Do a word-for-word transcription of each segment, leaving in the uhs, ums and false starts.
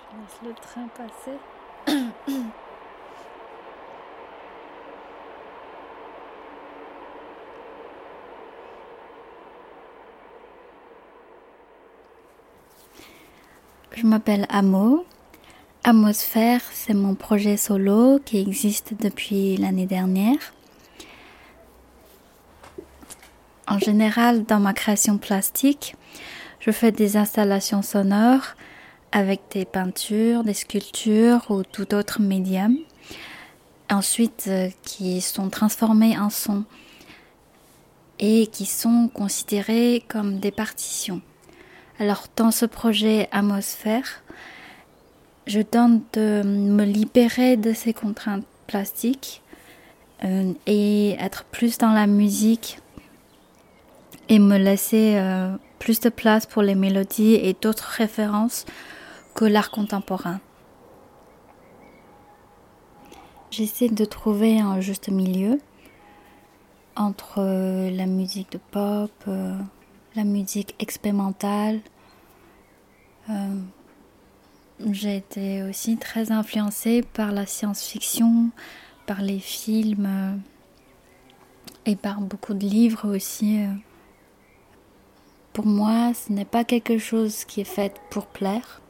Laisse le train passer. Je m'appelle Amo. Amosphère, c'est mon projet solo qui existe depuis l'année dernière. En général, dans ma création plastique, je fais des installations sonores avec des peintures, des sculptures ou tout autre médium. Ensuite, euh, qui sont transformées en sons et qui sont considérées comme des partitions. Alors, dans ce projet Amosphère, je tente de me libérer de ces contraintes plastiques euh, et être plus dans la musique et me laisser euh, plus de place pour les mélodies et d'autres références que l'art contemporain. J'essaie de trouver un juste milieu entre euh, la musique de pop, euh, la musique expérimentale. Euh, j'ai été aussi très influencée par la science-fiction, par les films euh, et par beaucoup de livres aussi. Euh. Pour moi, ce n'est pas quelque chose qui est fait pour plaire.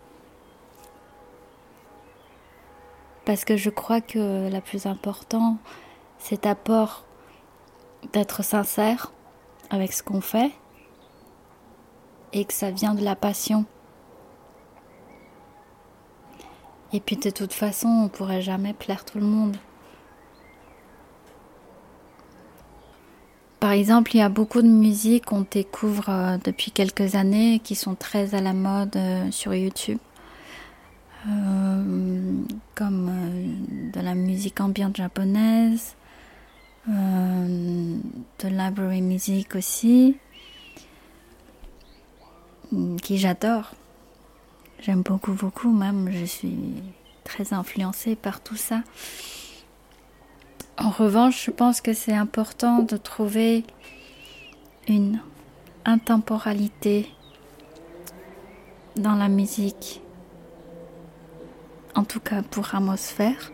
Parce que je crois que le plus important, c'est d'abord d'être sincère avec ce qu'on fait et que ça vient de la passion. Et puis de toute façon, on ne pourrait jamais plaire tout le monde. Par exemple, il y a beaucoup de musiques qu'on découvre euh, depuis quelques années qui sont très à la mode euh, sur YouTube. Euh, comme euh, de la musique ambiante japonaise, euh, de library music aussi, qui j'adore. J'aime beaucoup, beaucoup même. Je suis très influencée par tout ça. En revanche, je pense que c'est important de trouver une intemporalité dans la musique. En tout cas pour Amosphère.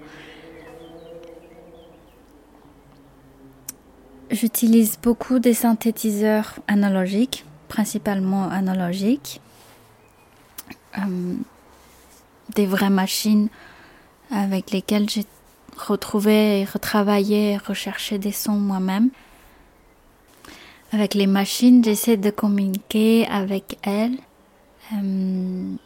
J'utilise beaucoup des synthétiseurs analogiques, principalement analogiques. Euh, des vraies machines avec lesquelles j'ai retrouvé et retravaillé et recherché des sons moi-même. Avec les machines, j'essaie de communiquer avec elles. Euh,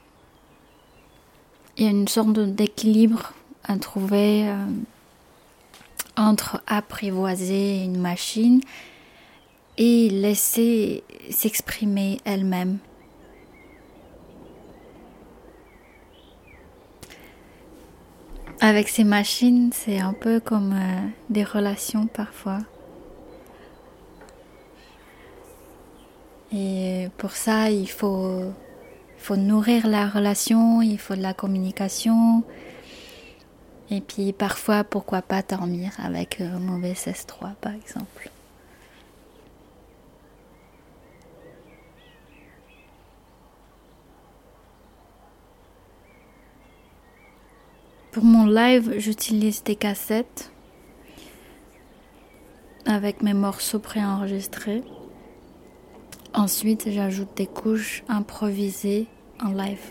il y a une sorte d'équilibre à trouver euh, entre apprivoiser une machine et laisser s'exprimer elle-même. Avec ces machines, c'est un peu comme euh, des relations parfois. Et pour ça, il faut, il faut nourrir la relation, il faut de la communication. Et puis parfois, pourquoi pas dormir avec un mauvais S trois par exemple. Pour mon live, j'utilise des cassettes avec mes morceaux préenregistrés. Ensuite, j'ajoute des couches improvisées en live.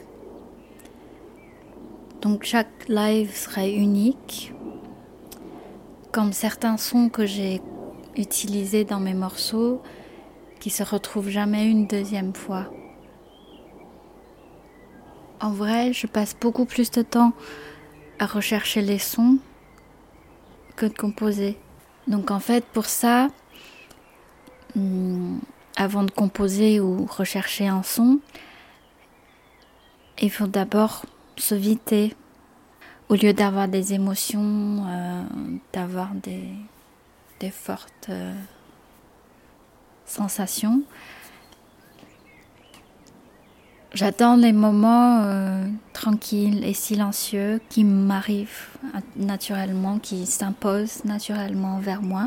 Donc chaque live serait unique, comme certains sons que j'ai utilisés dans mes morceaux qui se retrouvent jamais une deuxième fois. En vrai, je passe beaucoup plus de temps à rechercher les sons que de composer. Donc en fait, pour ça, hum, avant de composer ou rechercher un son, il faut d'abord se vider. Au lieu d'avoir des émotions, euh, d'avoir des, des fortes euh, sensations, j'attends les moments euh, tranquilles et silencieux qui m'arrivent naturellement, qui s'imposent naturellement vers moi.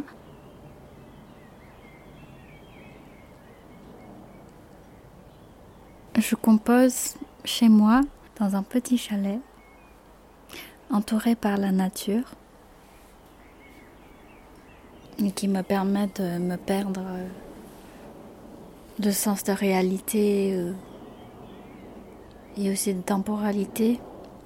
Je compose chez moi dans un petit chalet, entouré par la nature, et qui me permet de me perdre de sens de réalité euh, et aussi de temporalité.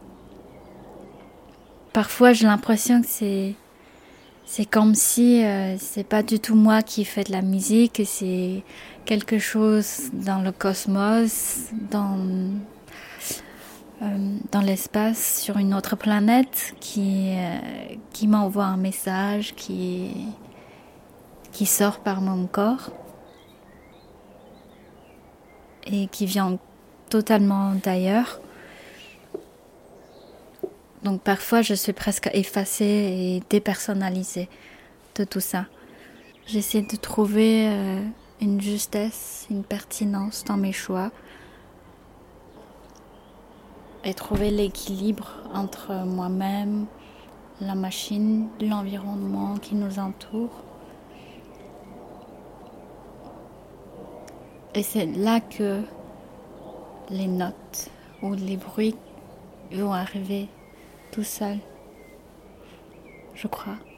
Parfois, j'ai l'impression que c'est c'est comme si euh, c'est pas du tout moi qui fais de la musique, que c'est quelque chose dans le cosmos, dans euh, dans l'espace, sur une autre planète, qui euh, qui m'envoie un message, qui qui sort par mon corps et qui vient totalement d'ailleurs. Donc parfois je suis presque effacée et dépersonnalisée de tout ça. J'essaie de trouver euh, une justesse, une pertinence dans mes choix et trouver l'équilibre entre moi-même, la machine, l'environnement qui nous entoure. Et c'est là que les notes ou les bruits vont arriver tout seuls, je crois.